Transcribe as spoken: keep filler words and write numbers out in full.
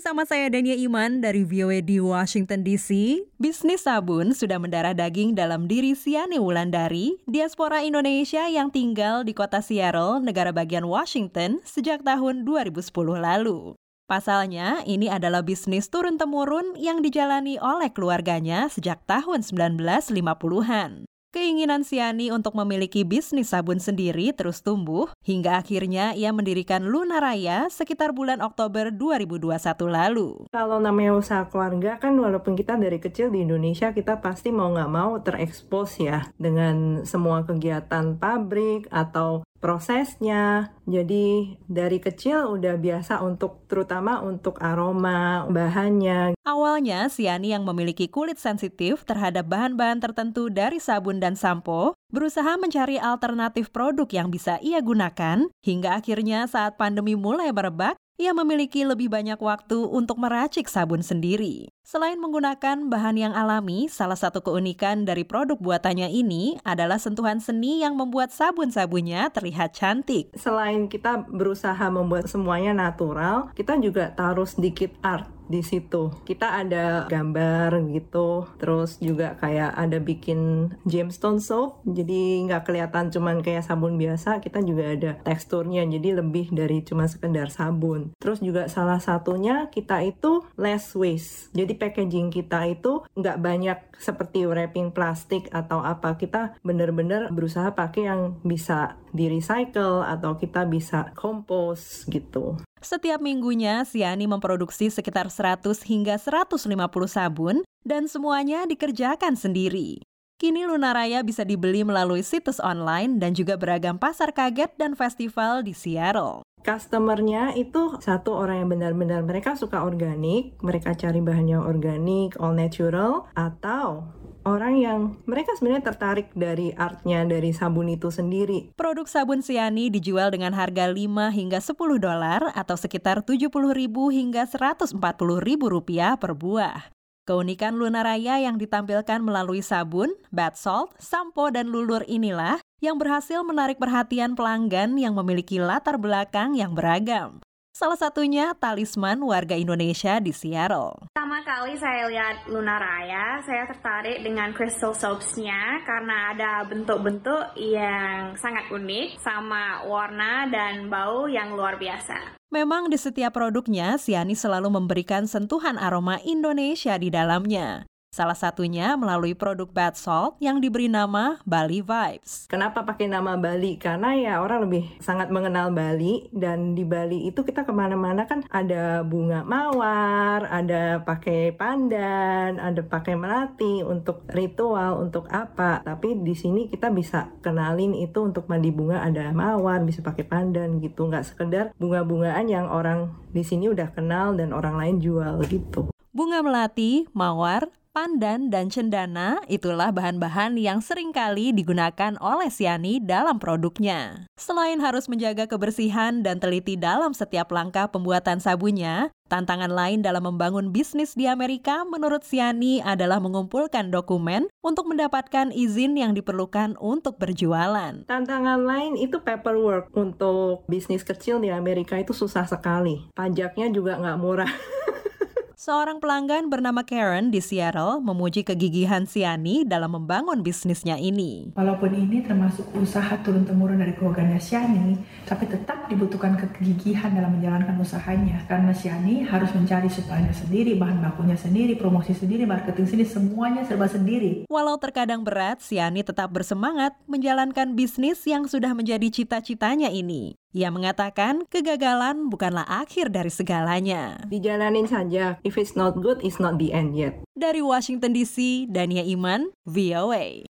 Bersama saya Dania Iman dari V O A di Washington D C, bisnis sabun sudah mendarah daging dalam diri Siani Wulandari, diaspora Indonesia yang tinggal di kota Seattle, negara bagian Washington, sejak tahun dua ribu sepuluh lalu. Pasalnya, ini adalah bisnis turun-temurun yang dijalani oleh keluarganya sejak tahun sembilan belas lima puluhan. Keinginan Siani untuk memiliki bisnis sabun sendiri terus tumbuh, hingga akhirnya ia mendirikan Lunaraya sekitar bulan Oktober dua ribu dua puluh satu lalu. Kalau namanya usaha keluarga kan walaupun kita dari kecil di Indonesia, kita pasti mau nggak mau terekspos ya dengan semua kegiatan pabrik atau prosesnya. Jadi dari kecil udah biasa untuk terutama untuk aroma, bahannya. Awalnya Siani yang memiliki kulit sensitif terhadap bahan-bahan tertentu dari sabun dan sampo, berusaha mencari alternatif produk yang bisa ia gunakan, hingga akhirnya saat pandemi mulai merebak, ia memiliki lebih banyak waktu untuk meracik sabun sendiri. Selain menggunakan bahan yang alami, salah satu keunikan dari produk buatannya ini adalah sentuhan seni yang membuat sabun-sabunnya terlihat cantik. Selain kita berusaha membuat semuanya natural, kita juga taruh sedikit art di situ. Kita ada gambar gitu, terus juga kayak ada bikin gemstone soap, jadi nggak kelihatan cuman kayak sabun biasa, kita juga ada teksturnya, jadi lebih dari cuma sekedar sabun. Terus juga salah satunya kita itu less waste, jadi packaging kita itu nggak banyak seperti wrapping plastik atau apa, kita bener-bener berusaha pakai yang bisa di-recycle atau kita bisa kompos gitu. Setiap minggunya, Siani memproduksi sekitar seratus hingga seratus lima puluh sabun dan semuanya dikerjakan sendiri. Kini Lunaraya bisa dibeli melalui situs online dan juga beragam pasar kaget dan festival di Seattle. Customer-nya itu satu orang yang benar-benar mereka suka organik, mereka cari bahan yang organik, all natural, atau orang yang mereka sebenarnya tertarik dari artnya dari sabun itu sendiri. Produk sabun Siani dijual dengan harga lima hingga sepuluh dolar atau sekitar tujuh puluh ribu hingga seratus empat puluh ribu rupiah per buah. Keunikan Lunaraya yang ditampilkan melalui sabun, bath salt, sampo, dan lulur inilah yang berhasil menarik perhatian pelanggan yang memiliki latar belakang yang beragam. Salah satunya Talisman, warga Indonesia di Seattle. Pertama kali saya lihat Lunaraya, saya tertarik dengan crystal soaps-nya karena ada bentuk-bentuk yang sangat unik sama warna dan bau yang luar biasa. Memang di setiap produknya, Siani selalu memberikan sentuhan aroma Indonesia di dalamnya. Salah satunya melalui produk bath salt yang diberi nama Bali Vibes. Kenapa pakai nama Bali? Karena ya orang lebih sangat mengenal Bali, dan di Bali itu kita kemana-mana kan ada bunga mawar, ada pakai pandan, ada pakai melati untuk ritual, untuk apa. Tapi di sini kita bisa kenalin itu untuk mandi bunga ada mawar, bisa pakai pandan gitu. Nggak sekedar bunga-bungaan yang orang di sini udah kenal dan orang lain jual gitu. Bunga melati, mawar, pandan, dan cendana itulah bahan-bahan yang seringkali digunakan oleh Siani dalam produknya. Selain harus menjaga kebersihan dan teliti dalam setiap langkah pembuatan sabunnya, tantangan lain dalam membangun bisnis di Amerika menurut Siani adalah mengumpulkan dokumen untuk mendapatkan izin yang diperlukan untuk berjualan. Tantangan lain itu paperwork. Untuk bisnis kecil di Amerika itu susah sekali. Pajaknya juga nggak murah. Seorang pelanggan bernama Karen di Seattle memuji kegigihan Siani dalam membangun bisnisnya ini. Walaupun ini termasuk usaha turun-temurun dari keluarganya Siani, tapi tetap dibutuhkan kegigihan dalam menjalankan usahanya. Karena Siani harus mencari supplier sendiri, bahan bakunya sendiri, promosi sendiri, marketing sendiri, semuanya serba sendiri. Walau terkadang berat, Siani tetap bersemangat menjalankan bisnis yang sudah menjadi cita-citanya ini. Ia mengatakan kegagalan bukanlah akhir dari segalanya. Dijalanin saja. If it's not good, it's not the end yet. Dari Washington D C, Dania Iman, V O A.